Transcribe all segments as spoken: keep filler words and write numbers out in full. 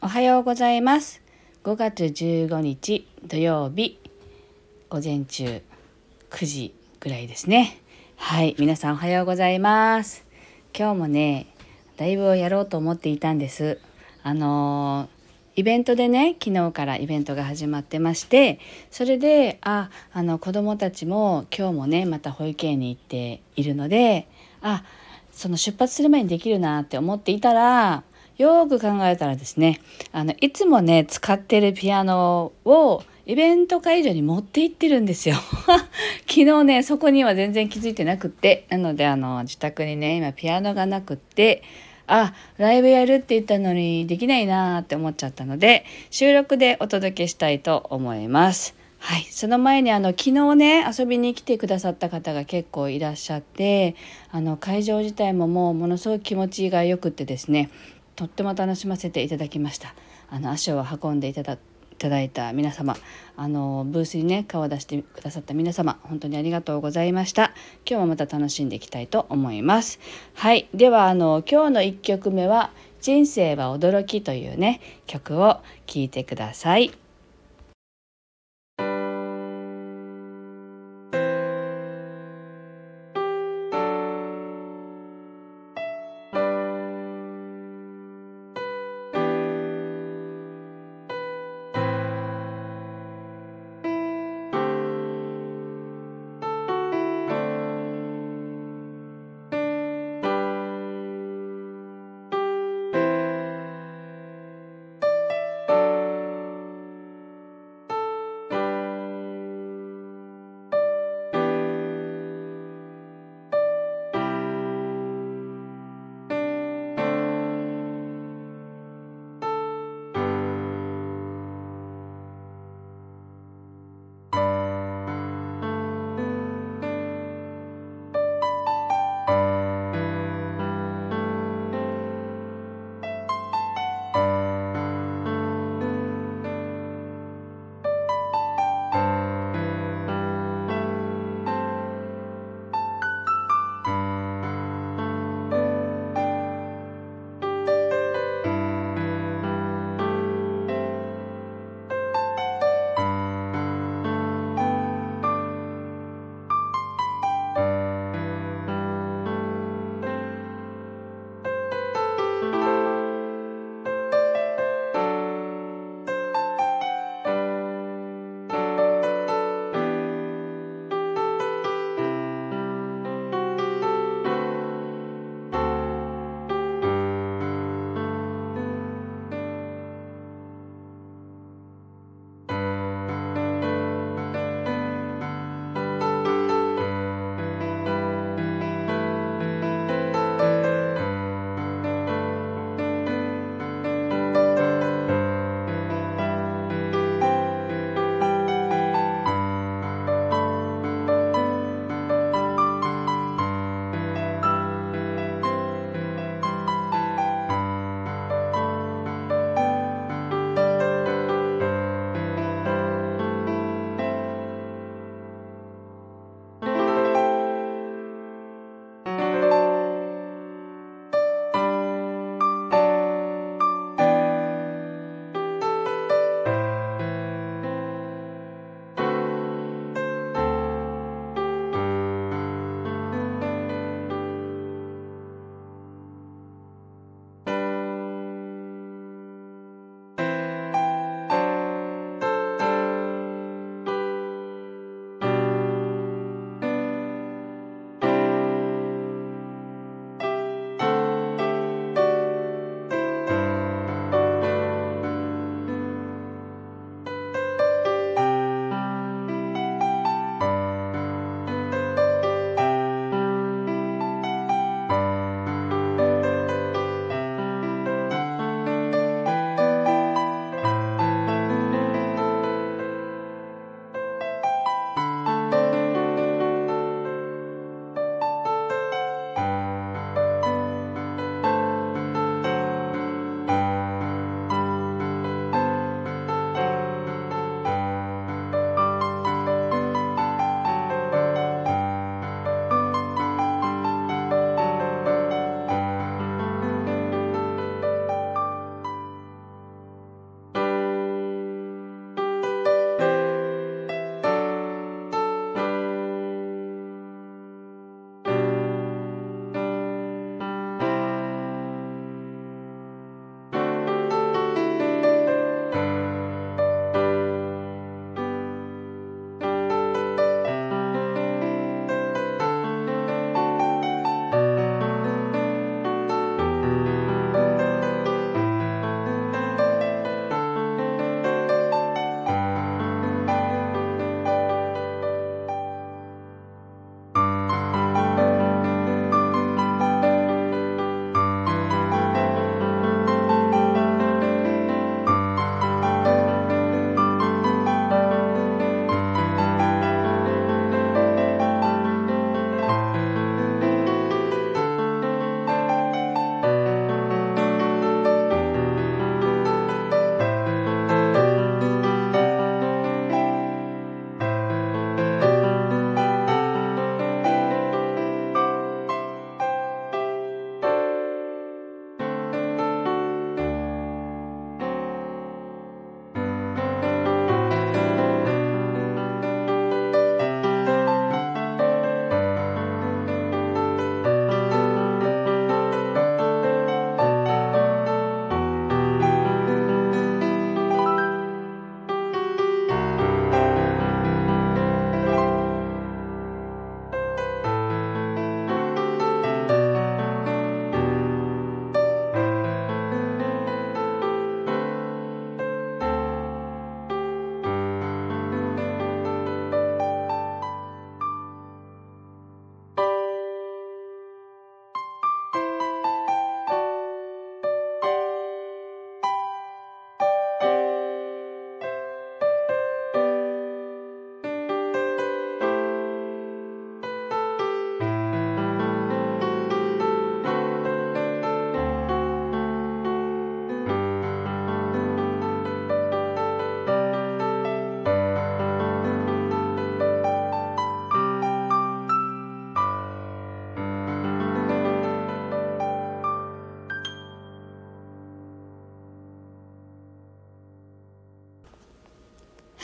はようございます。ごがつじゅうごにち土曜日、午前中くじぐらいですね。はい、皆さんおはようございます。今日もね、ライブをやろうと思っていたんです。あのーイベントでね、昨日からイベントが始まってまして、それでああの子どもたちも今日もねまた保育園に行っているので、あその出発する前にできるなって思っていたら、よく考えたらですね、あのいつもね使ってるピアノをイベント会場に持って行ってるんですよ昨日ねそこには全然気づいてなくって、なのであの自宅にね今ピアノがなくって、あライブやるって言ったのにできないなって思っちゃったので、収録でお届けしたいと思います。はい、その前にあの昨日ね遊びに来てくださった方が結構いらっしゃって、あの会場自体ももうものすごく気持ちがよくってですね、とっても楽しませていただきました。あの足を運んでいただいただいた皆様、あのブースにね顔を出してくださった皆様、本当にありがとうございました。今日もまた楽しんでいきたいと思います。はい、ではあの今日のいっきょくめは人生は驚きというね曲を聴いてください。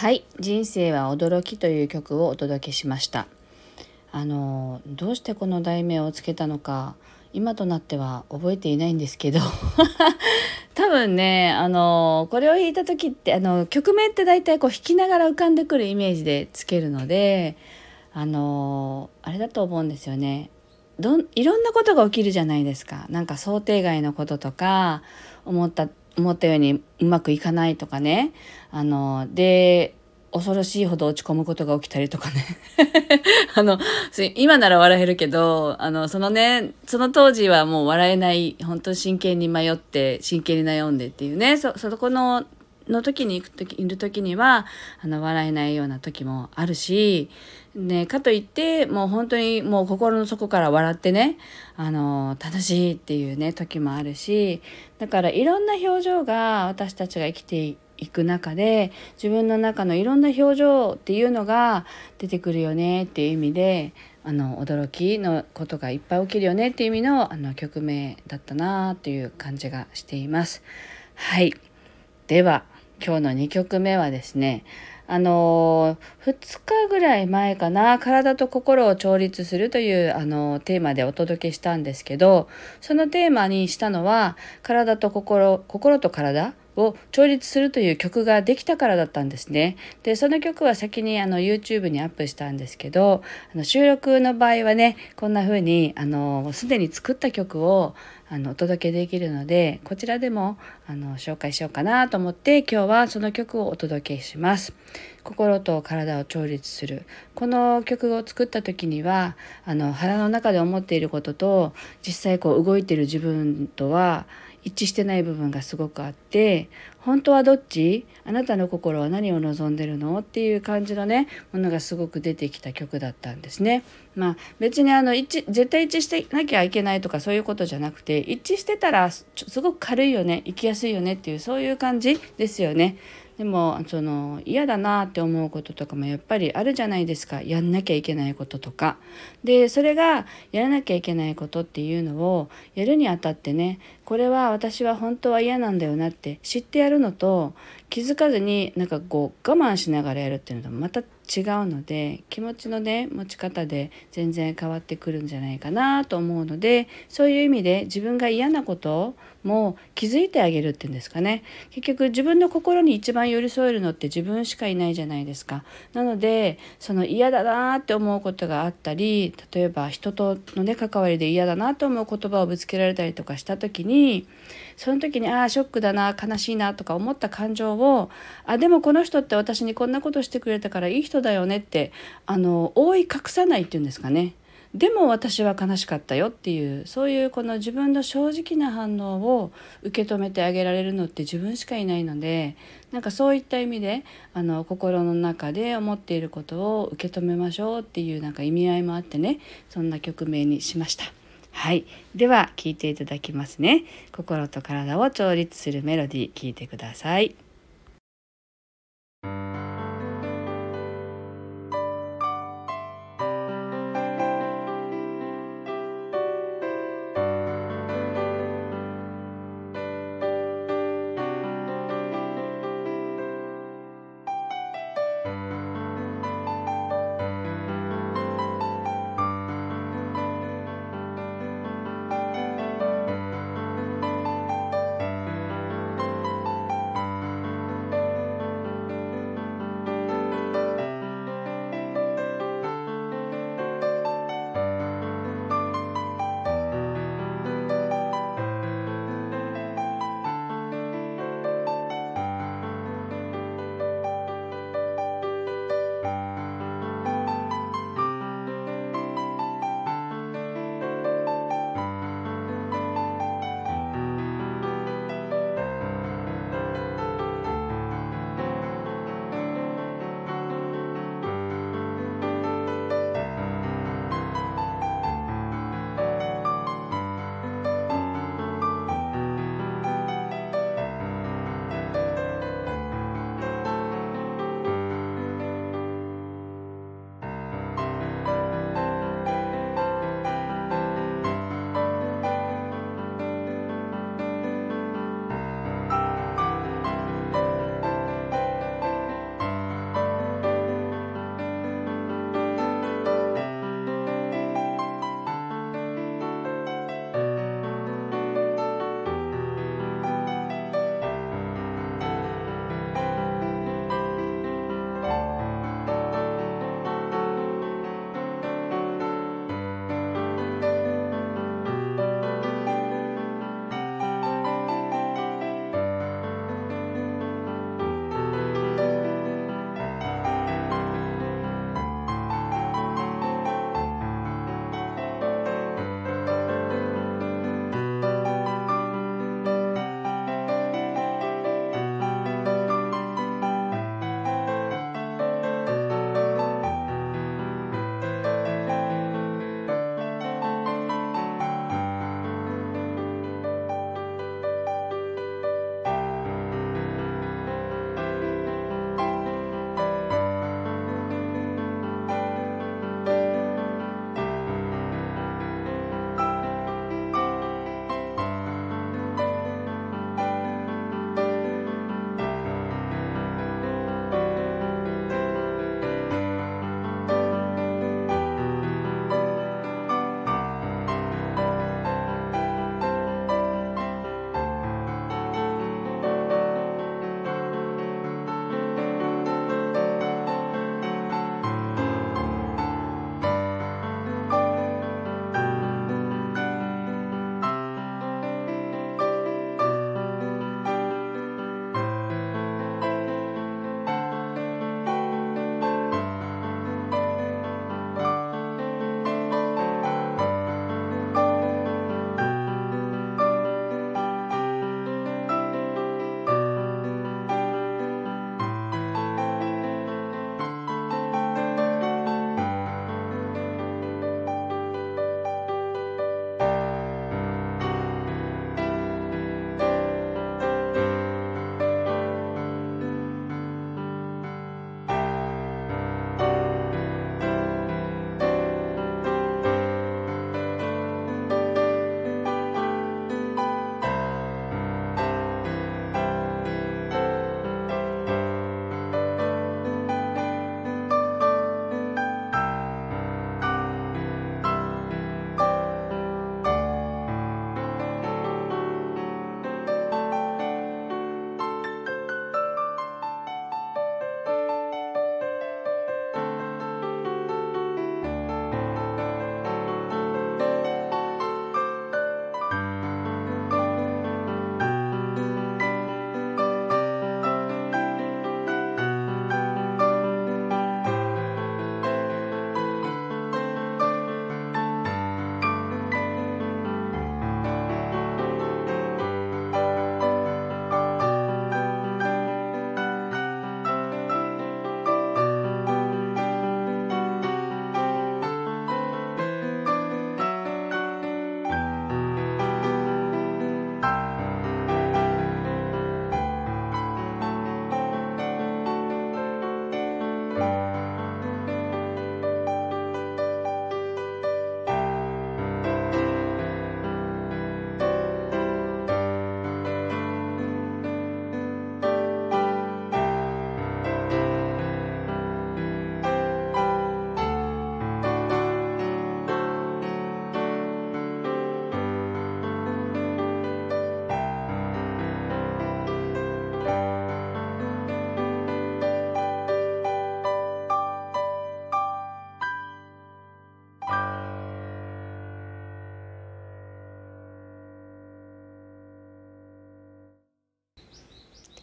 はい、人生は驚きという曲をお届けしました。あのどうしてこの題名をつけたのか今となっては覚えていないんですけど多分ね、あのこれを弾いた時ってあの曲名って大体こう弾きながら浮かんでくるイメージでつけるので、あのあれだと思うんですよね。どんいろんなことが起きるじゃないですか。なんか想定外のこととか、思った思ったようにうまくいかないとかね。あので恐ろしいほど落ち込むことが起きたりとかねあの今なら笑えるけど、あのそのねその当時はもう笑えない、本当に真剣に迷って真剣に悩んでっていうね、そそこのの時に行く時いる時にはあの笑えないような時もあるし、ね、かといってもう本当にもう心の底から笑ってね、あの楽しいっていうね時もあるし、だからいろんな表情が私たちが生きていく中で自分の中のいろんな表情っていうのが出てくるよねっていう意味で、あの驚きのことがいっぱい起きるよねっていう意味のあの曲名だったなという感じがしています。はい、では今日のにきょくめはですね、あのふつかぐらい前かな、体と心を調律するというあのテーマでお届けしたんですけど、そのテーマにしたのは体と心心と体を調律するという曲ができたからだったんですね。でその曲は先にあの YouTube にアップしたんですけど、あの収録の場合はねこんな風にあのすでに作った曲をあのお届けできるので、こちらでもあの紹介しようかなと思って今日はその曲をお届けします。心と体を調律する、この曲を作った時にはあの腹の中で思っていることと実際こう動いている自分とは一致してない部分がすごくあって、本当はどっち、あなたの心は何を望んでるのっていう感じのねものがすごく出てきた曲だったんですね。まあ別にあの一致絶対一致してなきゃいけないとかそういうことじゃなくて、一致してたらすごく軽いよね、生きやすいよねっていうそういう感じですよね。でもその嫌だなって思うこととかもやっぱりあるじゃないですか。やんなきゃいけないこととかで、それがやらなきゃいけないことっていうのをやるにあたってね、これは私は本当は嫌なんだよなって知ってやるのと、気づかずになんかこう我慢しながらやるっていうのとまた違うので、気持ちのね持ち方で全然変わってくるんじゃないかなと思うので、そういう意味で自分が嫌なことも気づいてあげるっていうんですかね。結局自分の心に一番寄り添えるのって自分しかいないじゃないですか。なのでその嫌だなって思うことがあったり、例えば人とのね関わりで嫌だなと思う言葉をぶつけられたりとかした時に、その時にああショックだな、悲しいなとか思った感情を、あでもこの人って私にこんなことしてくれたからいい人だよねってあの覆い隠さないっていうんですかね。でも私は悲しかったよっていう、そういうこの自分の正直な反応を受け止めてあげられるのって自分しかいないので、なんかそういった意味であの心の中で思っていることを受け止めましょうっていうなんか意味合いもあってね、そんな曲名にしました。はい、では聴いていただきますね。心と体を調律するメロディー聴いてください。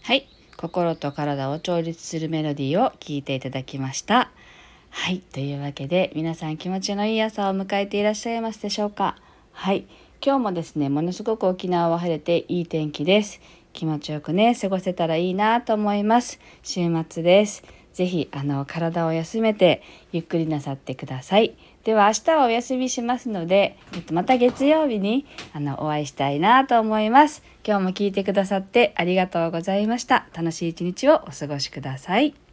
はい、心と体を調律するメロディーを聴いていただきました。はい、というわけで皆さん気持ちのいい朝を迎えていらっしゃいますでしょうか。はい、今日もですね、ものすごく沖縄は晴れていい天気です。気持ちよくね過ごせたらいいなと思います。週末です。ぜひあの体を休めてゆっくりなさってください。では明日はお休みしますので、えっと、また月曜日にあのお会いしたいなと思います。今日も聞いてくださってありがとうございました。楽しい一日をお過ごしください。